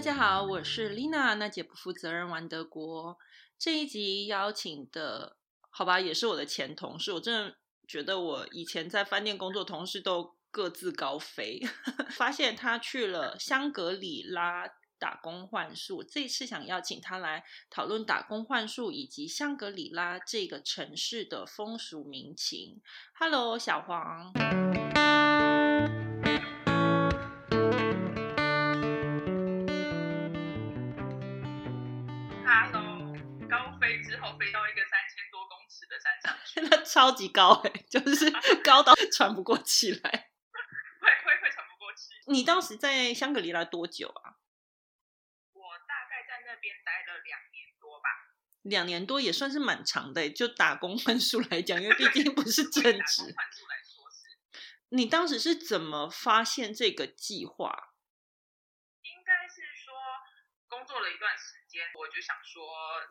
家好，我是 Lina， 那姐不负责任玩德国。这一集邀请的，好吧，也是我的前同事。我真的觉得我以前在饭店工作，同事都各自高飞。发现他去了香格里拉打工换宿，这一次想邀请他来讨论打工换宿以及香格里拉这个城市的风俗民情。Hello， 小黄。 高飞之后飞到一个3000多公尺的山上去， 那超级高就是高到喘不过气来， 会喘不过气。 你当时在香格里拉多久啊？ 我大概在那边待了2年多吧。 2年多也算是蛮长的，就打工换宿来讲，因为毕竟不是正职。 打工换宿来说是。 你当时是怎么发现这个计划？ 应该是说工作了一段时间，我就想说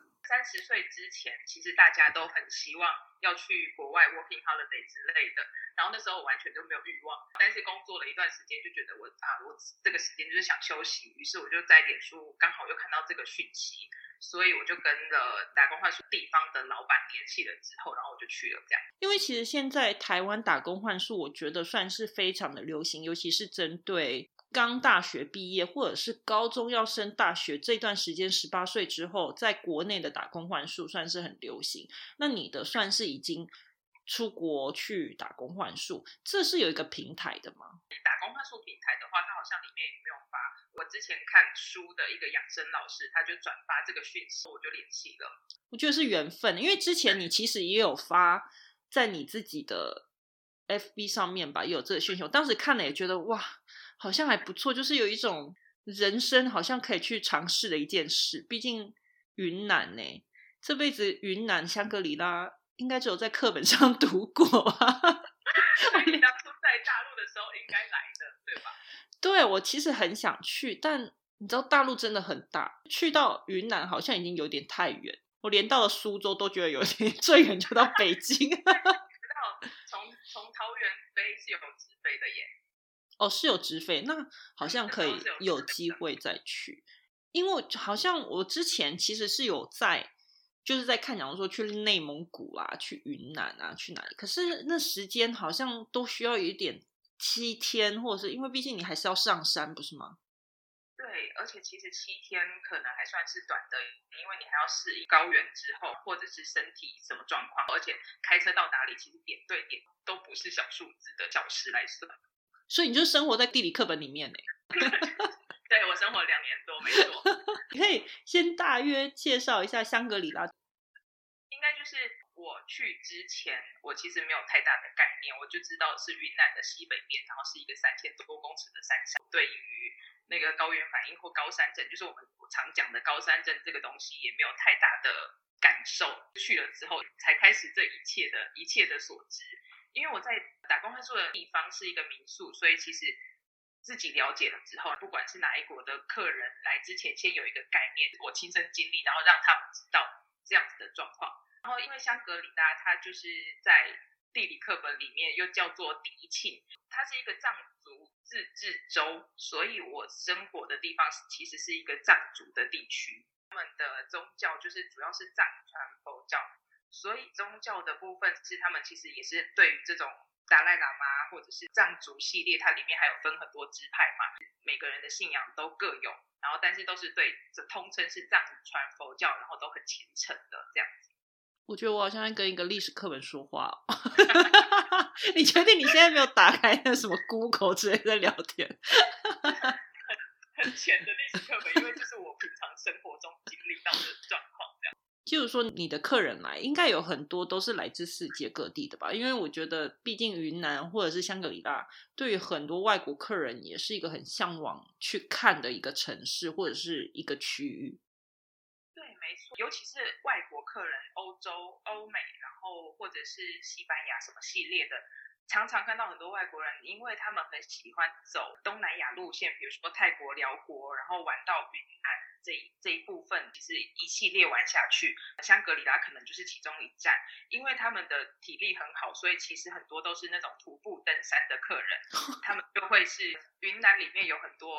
30岁之前其实大家都很希望要去国外 working holiday 之类的，然后那时候我完全就没有欲望，但是工作了一段时间就觉得我这个时间就是想休息，于是我就在脸书刚好又看到这个讯息，所以我就跟了打工换宿地方的老板联系了之后，然后我就去了这样。 因为其实现在台湾打工换宿我觉得算是非常的流行，尤其是针对刚大学毕业或者是高中要升大学这段时间18岁之后，在国内的打工换宿算是很流行。那你的算是已经出国去打工换宿，这是有一个平台的吗？ 打工换宿平台的话，它好像里面也没有发。我之前看书的一个养生老师，他就转发这个讯息，我就联系了。 我觉得是缘分，因为之前你其实也有发在你自己的 FB 上面吧，也有这个讯息。我当时看了也觉得哇，好像还不错，就是有一种人生好像可以去尝试的一件事。毕竟云南呢，这辈子云南香格里拉应该只有在课本上读过啊。 你当初在大陆的时候应该来的，对吧？ 对，我其实很想去，但你知道大陆真的很大，去到云南好像已经有点太远，我连到了苏州都觉得有点最远就到北京。 你知道从桃园飞是有直飞的耶。 哦，是有直飞，那好像可以有机会再去，因为好像我之前其实是有就是在看，假如说去内蒙古啊，去云南啊，去哪里，可是那时间好像都需要有一点7天，或者是因为毕竟你还是要上山，不是吗？ 对，而且其实7天可能还算是短的，因为你还要适应高原之后，或者是身体什么状况，而且开车到哪里，其实点对点都不是小数字的小时来算。 所以你就生活在地理课本里面呢。 对，我生活2年多，没错。 你可以先大约介绍一下香格里拉。 应该就是我去之前，我其实没有太大的概念，我就知道是云南的西北边，然后是一个3000多公尺的山上。对于那个高原反应或高山症，就是我们常讲的高山症这个东西，也没有太大的感受。去了之后，才开始这一切的所知。因为我在打工换宿的地方是一个民宿，所以其实自己了解了之后，不管是哪一国的客人来之前，先有一个概念，我亲身经历，然后让他们知道这样子的状况。然后因为香格里拉它就是在地理课本里面又叫做迪庆，它是一个藏族自治州，所以我生活的地方其实是一个藏族的地区。他们的宗教就是主要是藏传佛教，所以宗教的部分是他们其实也是对于这种达赖喇嘛或者是藏族系列，它里面还有分很多支派嘛，每个人的信仰都各有，然后但是都是对通称是藏传佛教，然后都很虔诚的这样子。 我觉得我好像在跟一个历史课本说话哦。你确定你现在没有打开那什么 Google 之类的聊天？ 很浅的历史课本，因为这是我平常生活中经历到的状况这样。 就是说你的客人来应该有很多都是来自世界各地的吧，因为我觉得毕竟云南或者是香格里拉对于很多外国客人也是一个很向往去看的一个城市或者是一个区域。 对，没错，尤其是外国客人，欧洲、欧美，然后或者是西班牙什么系列的，常常看到很多外国人，因为他们很喜欢走东南亚路线，比如说泰国、辽国，然后玩到云南这一部分，其实一系列玩下去，香格里拉可能就是其中一站。因为他们的体力很好，所以其实很多都是那种徒步登山的客人，他们就会是云南里面有很多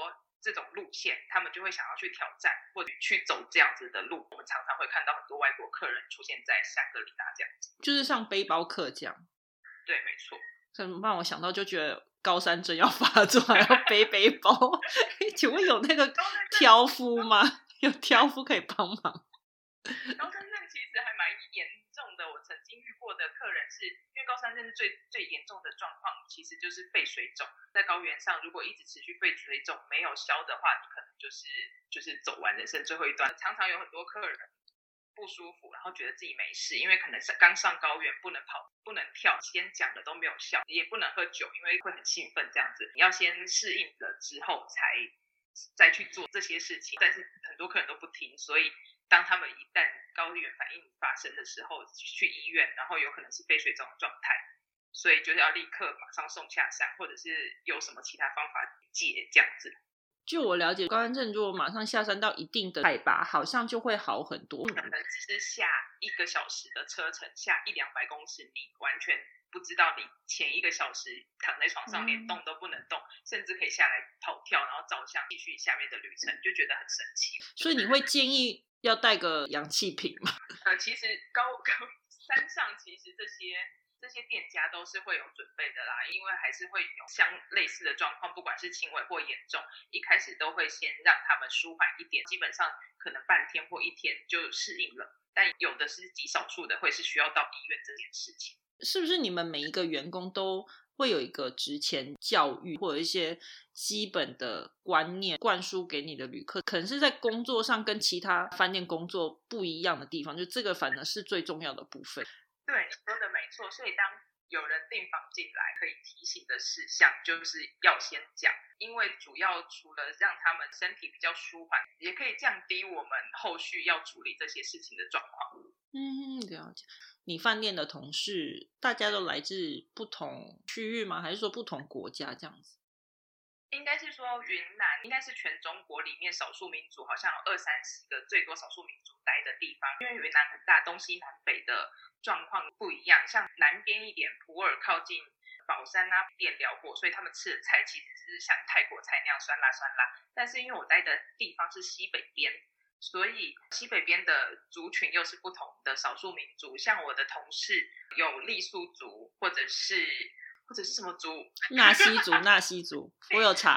这种路线，他们就会想要去挑战或者去走这样子的路。我们常常会看到很多外国客人出现在香格里拉这样子， 就是像背包客这样。 对，没错。 让我想到就觉得高山症要发作，还要背背包。请问有那个挑夫吗？有挑夫可以帮忙？ 高山症其实还蛮严重的，我曾经遇过的客人是因为高山症最严重的状况其实就是肺水肿，在高原上如果一直持续肺水肿没有消的话，你可能就是走完人生最后一段。常常有很多客人不舒服，然后觉得自己没事，因为可能是刚上高原，不能跑不能跳，先讲的都没有效，也不能喝酒，因为会很兴奋这样子，你要先适应了之后再去做这些事情。但是很多客人都不听，所以当他们一旦高原反应发生的时候，去医院，然后有可能是肺水肿的状态，所以就是要立刻马上送下山，或者是有什么其他方法解这样子。 就我了解，高山症如果马上下山到一定的海拔，好像就会好很多。 可能只是下1个小时的车程，下100-200公尺，你完全不知道你前1个小时躺在床上连动都不能动，甚至可以下来跑跳，然后照相继续下面的旅程，就觉得很神奇。 所以你会建议要带个氧气瓶吗？ 其实山上其实这些店家都是会有准备的啦，因为还是会有类似的状况，不管是轻微或严重，一开始都会先让他们舒缓一点，基本上可能半天或1天就适应了，但有的是极少数的会是需要到医院这件事情。 是不是你们每一个员工都会有一个职前教育，或者一些基本的观念灌输给你的旅客，可能是在工作上跟其他饭店工作不一样的地方，就这个反而是最重要的部分。 对，你说的没错，所以当有人订房进来，可以提醒的事项就是要先讲，因为主要除了让他们身体比较舒缓，也可以降低我们后续要处理这些事情的状况。 了解。你饭店的同事大家都来自不同区域吗？还是说不同国家这样子？ 应该是说云南应该是全中国里面少数民族好像有20-30个最多少数民族待的地方，因为云南很大，东西南北的状况不一样，像南边一点普洱靠近宝山啊汴辽国，所以他们吃的菜其实是像泰国菜那样酸辣酸辣，但是因为我待的地方是西北边，所以西北边的族群又是不同的少数民族，像我的同事有傈僳族或者是什么族？ 纳西族，我有查。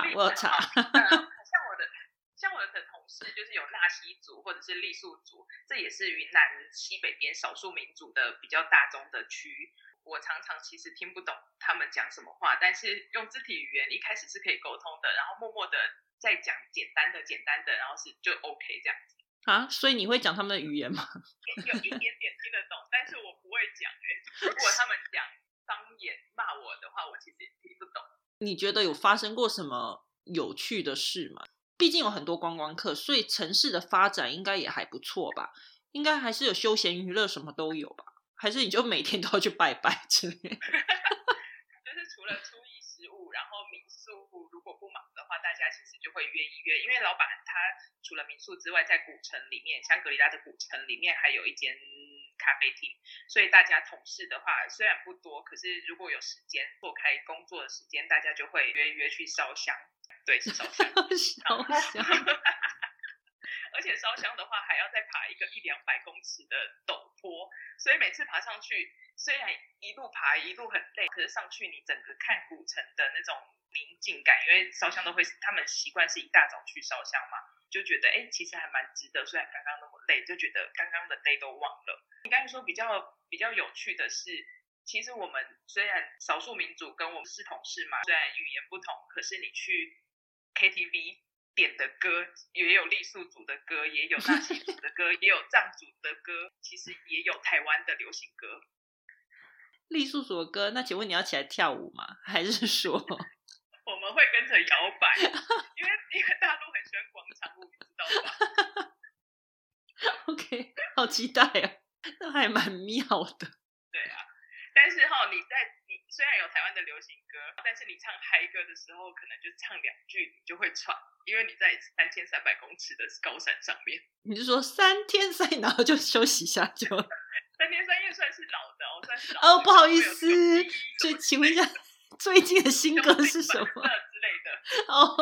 像我的同事就是有纳西族或者是傈僳族，这也是云南西北边少数民族的比较大宗的区域。我常常其实听不懂他们讲什么话，但是用肢体语言一开始是可以沟通的，然后默默的再讲简单的，然后就 OK 这样子。 啊，所以你会讲他们的语言吗？ 有一点点听得懂，但是我不会讲。如果他们讲方言骂我的话，我其实也听不懂。 你觉得有发生过什么有趣的事吗？毕竟有很多观光客，所以城市的发展应该也还不错吧？应该还是有休闲娱乐，什么都有吧？还是你就每天都要去拜拜之类的？ 就是除了初一十五，然后民宿如果不忙的话，大家其实就会约一约，因为老板他除了民宿之外，在古城里面，香格里拉的古城里面还有一间咖啡厅，所以大家同事的话虽然不多，可是如果有时间错开工作的时间，大家就会约去烧香。对，是烧香。而且烧香的话还要再爬一个100-200公尺的陡坡，所以每次爬上去虽然一路爬一路很累，可是上去你整个看古城的那种宁静感，因为烧香都会他们习惯是一大早去烧香嘛，就觉得其实还蛮值得，虽然刚刚那么累，就觉得刚刚的累都忘了。应该说比较有趣的是，其实我们虽然少数民族跟我们是同事嘛，虽然语言不同，可是你去 KTV 点的歌也有傈僳族的歌，也有纳西族的歌，也有藏族的歌，其实也有台湾的流行歌。 傈僳族的歌，那请问你要起来跳舞吗？还是说我们会跟着摇摆？因为大陆很喜欢广场舞，你知道吧 ？OK， 好期待啊，那还蛮妙的。 对啊，但是你虽然有台湾的流行歌，但是你唱嗨歌的时候，可能就唱2句你就会喘，因为你在3300公尺的高山上面。 你是说3天3夜，然后就休息一下就？3 天3夜算是老的哦，算是老的哦， 不好意思，就请问一下，最近的新歌是什么之类的？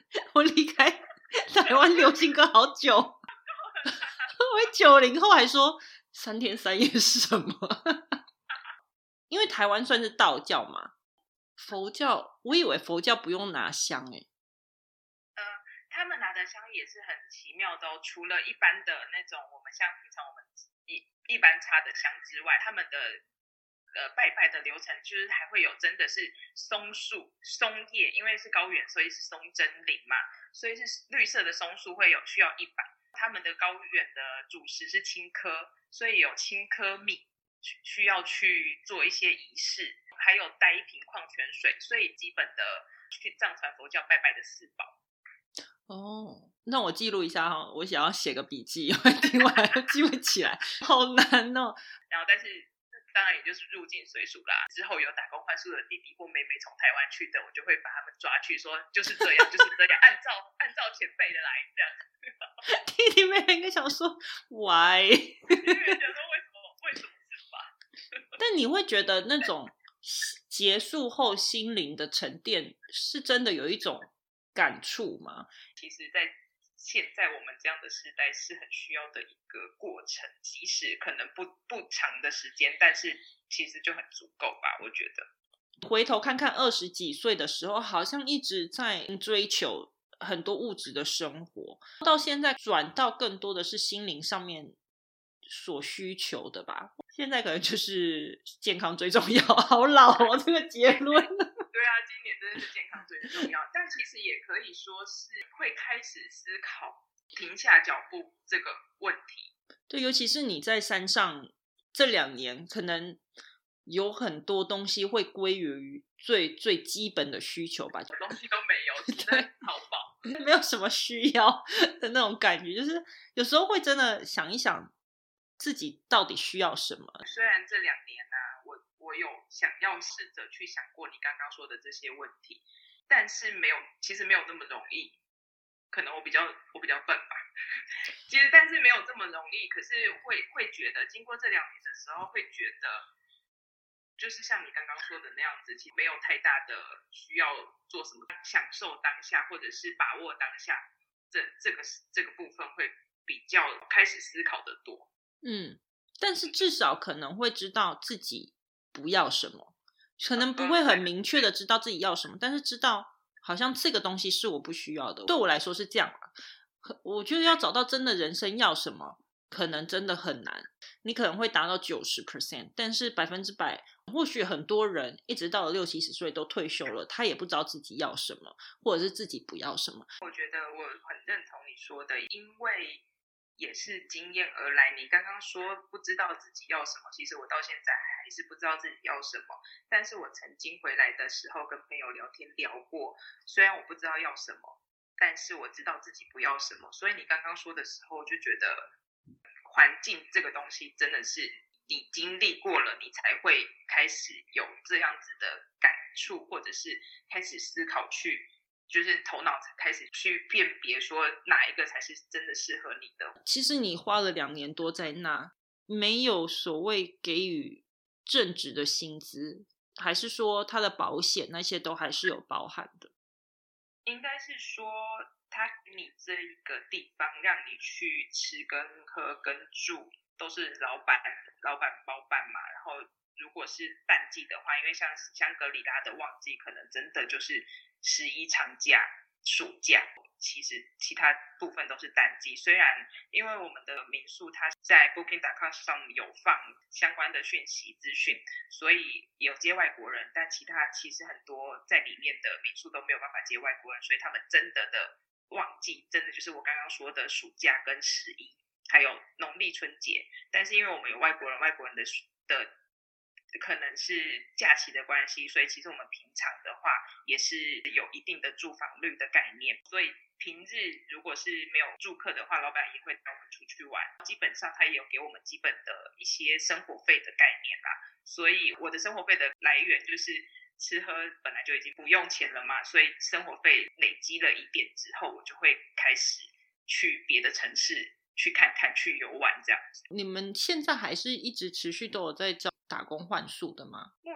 我离开台湾流行歌好久，我90后还说3天3夜是什么？因为台湾算是道教嘛，佛教我以为佛教不用拿香他们拿的香也是很奇妙的哦，除了一般的那种我们像平常我们一般插的香之外，他们的拜拜的流程就是还会有真的是松树松叶，因为是高原所以是松针林嘛，所以是绿色的松树会有需要100，他们的高原的主食是青稞，所以有青稞米需要去做一些仪式，还有带一瓶矿泉水，所以基本的去藏传佛教拜拜的4宝。 哦，那我记录一下哈，我想要写个笔记，听完记不起来，好难哦。 然后但是当然也就是入境随俗啦，之后有打工换宿的弟弟或妹妹从台湾去的，我就会把他们抓去说就是这样就是这样，按照前辈的来这样。 弟弟妹妹应该想说 why 因为想说为什么是吧？ 但你会觉得那种结束后心灵的沉淀是真的有一种感触吗？ 其实在现在我们这样的时代是很需要的一个过程，即使可能不长的时间，但是其实就很足够吧，我觉得。 回头看看20几岁的时候，好像一直在追求很多物质的生活，到现在转到更多的是心灵上面所需求的吧。现在可能就是健康最重要，好老哦，这个结论。 对啊，今年真的是健康最重要，但其实也可以说是会开始思考停下脚步这个问题。 对，尤其是你在山上这2年，可能有很多东西会归于最基本的需求吧， 什么东西都没有，只能淘宝， 没有什么需要的那种感觉，就是有时候会真的想一想自己到底需要什么。 虽然这2年啊，我有想要试着去想过你刚刚说的这些问题，但是其实没有那么容易。可能我比较笨吧，其实但是没有这么容易。可是会觉得，经过这2年的时候，会觉得就是像你刚刚说的那样子，其实没有太大的需要做什么，享受当下或者是把握当下，这个部分会比较开始思考的多。 但是至少可能会知道自己不要什么，可能不会很明确的知道自己要什么，但是知道好像这个东西是我不需要的，对我来说是这样吧。我觉得要找到真的人生要什么，可能真的很难。你可能会达到90%，但是100%，或许很多人一直到了60-70岁都退休了，他也不知道自己要什么，或者是自己不要什么。 我觉得我很认同你说的，因为也是经验而来。你刚刚说不知道自己要什么，其实我到现在还是不知道自己要什么。但是我曾经回来的时候跟朋友聊天聊过，虽然我不知道要什么，但是我知道自己不要什么。所以你刚刚说的时候，我就觉得环境这个东西真的是你经历过了，你才会开始有这样子的感触，或者是开始思考去。就是头脑开始去辨别说哪一个才是真的适合你的。 其实你花了2年多在那，没有所谓给予正职的薪资，还是说他的保险那些都还是有包含的？ 应该是说他给你这一个地方让你去吃跟喝跟住都是老板包办嘛，然后如果是淡季的话，因为像香格里拉的旺季可能真的就是11长假暑假，其实其他部分都是淡季。虽然因为我们的民宿它在 Booking.com 上有放相关的讯息资讯，所以有接外国人，但其实很多在里面的民宿都没有办法接外国人，所以他们真的旺季真的就是我刚刚说的暑假跟11还有农历春节。但是因为我们有外国人的可能是假期的关系，所以其实我们平常的话也是有一定的住房率的概念，所以平日如果是没有住客的话，老板也会带我们出去玩，基本上他也有给我们基本的一些生活费的概念啦。所以我的生活费的来源就是吃喝本来就已经不用钱了嘛，所以生活费累积了一点之后，我就会开始去别的城市去看看，去游玩这样子。 你们现在还是一直持续都有在找打工换宿的吗？ 目前还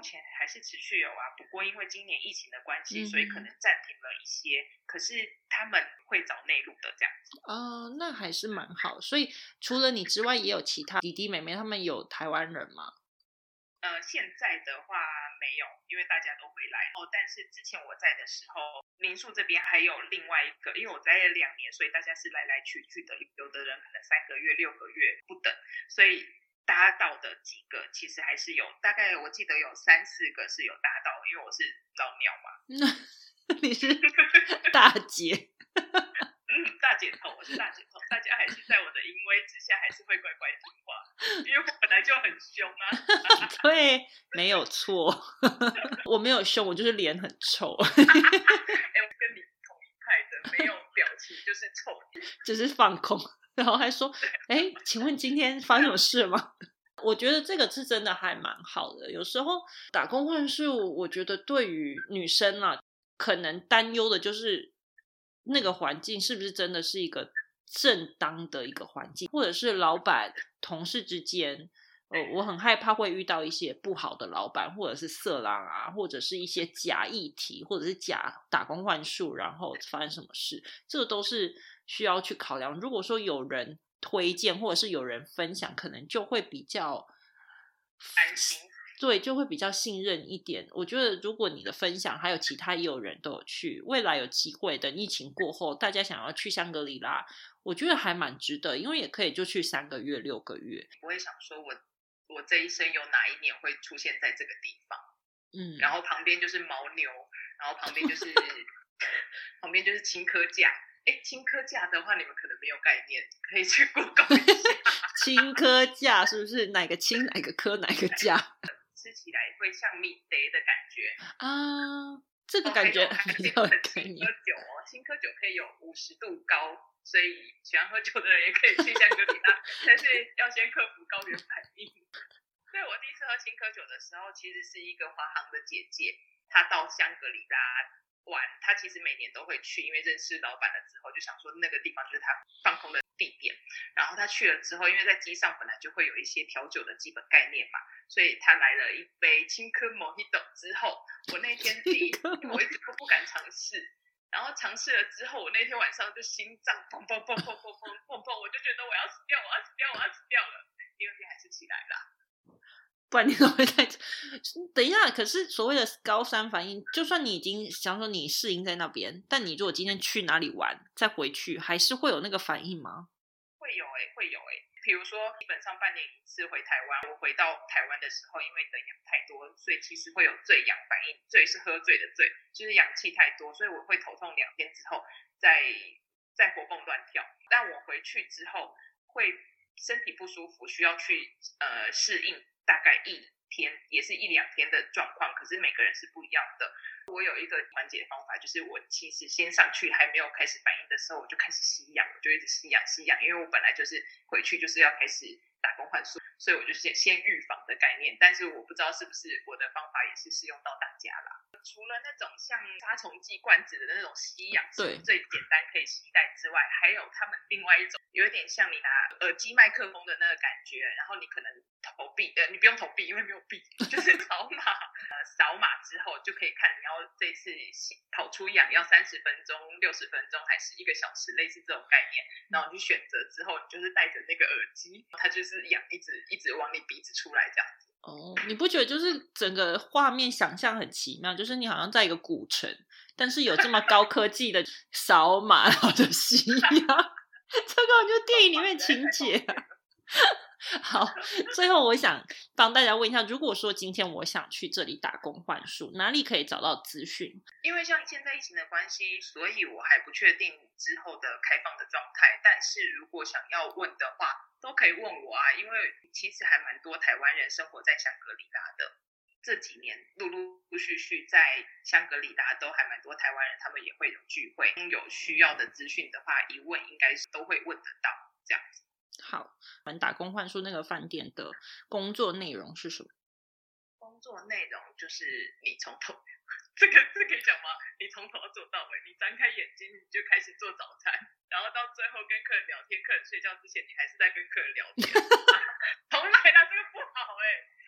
是持续有啊，不过因为今年疫情的关系，所以可能暂停了一些，可是他们会找内陆的这样子。 那还是蛮好。所以除了你之外，也有其他弟弟妹妹，他们有台湾人吗？ 现在的话没有，因为大家都回来但是之前我在的时候，民宿这边还有另外一个，因为我在了2年，所以大家是来来去去的，有的人可能3个月、6个月不等，所以搭到的几个其实还是有，大概我记得有3、4个是有搭到，因为我是老鸟嘛。 你是大姐。 大姐头，我是大姐头，大家还是在我的淫威之下，还是会乖乖听话，因为我本来就很凶啊。 对，没有错。我没有凶，我就是脸很臭。 我跟你同一派的，没有表情就是臭， 就是放空，然后还说：“请问今天发生什么事吗？”我觉得这个是真的还蛮好的。有时候打工换宿，我觉得对于女生啊，可能担忧的就是那个环境是不是真的是一个正当的一个环境，或者是老板同事之间，我很害怕会遇到一些不好的老板，或者是色狼啊，或者是一些假议题，或者是假打工换宿，然后发生什么事，这个都是需要去考量。如果说有人推荐或者是有人分享，可能就会比较安心， 对，就会比较信任一点。我觉得如果你的分享还有其他也有人都有去，未来有机会等疫情过后，大家想要去香格里拉，我觉得还蛮值得，因为也可以就去3个月、6个月。 我会想说我这一生有哪一年会出现在这个地方，然后旁边就是牦牛，然后旁边就是旁边就是青稞架。青稞架的话，你们可能没有概念，可以去 Google 一下。 青稞架是不是哪个青哪个科哪个架？ 吃起来会像米德的感觉啊，这个感觉比较有概念。 青稞酒可以有50度高，所以喜欢喝酒的人也可以去香格里拉，但是要先克服高原反应。对，我第一次喝青稞酒的时候，其实是一个华航的姐姐，她到香格里拉玩，他其实每年都会去，因为认识老板了之后，就想说那个地方就是他放空的地点。然后他去了之后，因为在机上本来就会有一些调酒的基本概念嘛，所以他来了一杯青稞 Mojito 之后，我那天我一直都不敢尝试，然后尝试了之后，我那天晚上就心脏砰砰砰砰砰砰砰砰，我就觉得我要死掉，我要死掉，我要死掉了。第2天还是起来了。 不然你怎么会在等一下？可是所谓的高山反应，就算你已经想说你适应在那边，但你如果今天去哪里玩再回去，还是会有那个反应吗？ 会有比如说基本上半年1次回台湾，我回到台湾的时候，因为的氧太多，所以其实会有醉氧反应。醉是喝醉的醉，就是氧气太多，所以我会头痛2天之后再活蹦乱跳。但我回去之后会身体不舒服，需要去适应大概1天，也是1、2天的状况，可是每个人是不一样的。我有一个缓解方法，就是我其实先上去还没有开始反应的时候，我就开始吸氧，我就一直吸氧，因为我本来就是回去就是要开始打工换宿，所以我就先预防的概念。但是我不知道是不是我的方法也是适用到大家啦。除了那种像杀虫剂罐子的那种吸氧是最简单可以携带之外，还有他们另外一种有一点像你拿耳机麦克风的那个感觉，然后你可能投币你不用投币，因为没有币，就是扫码扫码之后就可以看你要这次跑出氧要30分钟、60分钟还是1个小时，类似这种概念，然后你去选择之后，你就是戴着那个耳机，它就是氧一直往你鼻子出来这样子。 你不觉得就是整个画面想象很奇妙，就是你好像在一个古城，但是有这么高科技的扫码然后就吸氧，这个就是电影里面情节好，最后我想帮大家问一下，如果说今天我想去这里打工换宿，哪里可以找到资讯？ 因为像现在疫情的关系，所以我还不确定之后的开放的状态，但是如果想要问的话都可以问我啊，因为其实还蛮多台湾人生活在香格里拉的，这几年陆陆续续在香格里拉都还蛮多台湾人，他们也会有聚会，有需要的资讯的话一问应该是都会问得到这样子。 好，我们打工换宿那个饭店的工作内容是什么？ 工作内容就是你从头这可以讲吗？你从头做到尾，你张开眼睛你就开始做早餐，然后到最后跟客人聊天，客人睡觉之前你还是在跟客人聊天重来啦，这个不好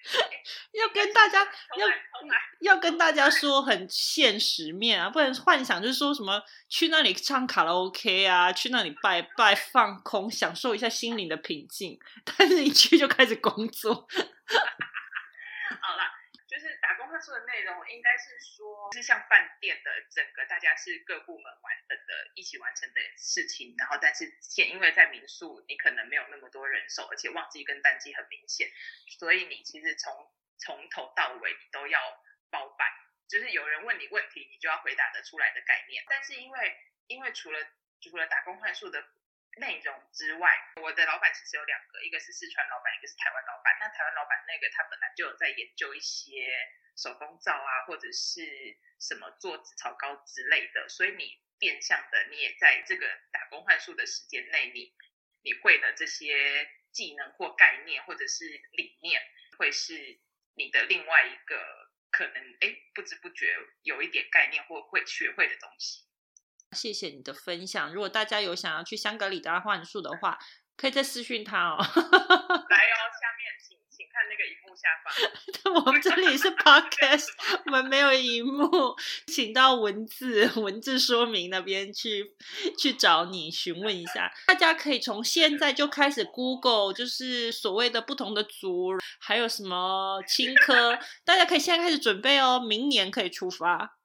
要跟大家重来要跟大家说很现实面啊，不然幻想就是说什么去那里唱卡拉 OK 啊，去那里拜拜放空，享受一下心灵的平静，但是一去就开始工作。 好啦，就是打工换宿的内容应该是说，是像饭店的整个大家是各部门完成的一起完成的事情，然后但是因为在民宿你可能没有那么多人手，而且旺季跟淡季很明显，所以你其实从头到尾你都要包办，就是有人问你问题你就要回答得出来的概念。但是因为除了打工换宿的内容之外，我的老板其实有两个，一个是四川老板，一个是台湾老板。那台湾老板那个他本来就有在研究一些手工皂啊，或者是什么做紫草膏之类的，所以你变相的你也在这个打工换宿的时间内，你会的这些技能或概念或者是理念，会是你的另外一个可能不知不觉有一点概念或会学会的东西。 谢谢你的分享，如果大家有想要去香格里拉换宿的话，可以再私讯他哦。 来哦，下面请看那个荧幕下方。 我们这里是 podcast， 我们没有荧幕，请到文字说明那边去找你询问一下。大家可以从现在就开始 Google， 就是所谓的不同的族，还有什么青科，大家可以现在开始准备哦，明年可以出发。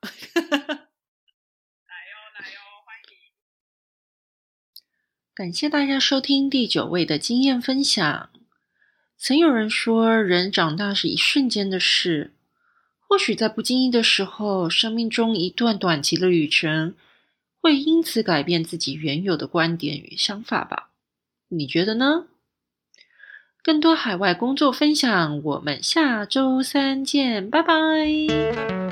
感谢大家收听第9位的经验分享。曾有人说，人长大是一瞬间的事，或许在不经意的时候，生命中一段短期的旅程，会因此改变自己原有的观点与想法吧？你觉得呢？更多海外工作分享，我们下周3见，拜拜。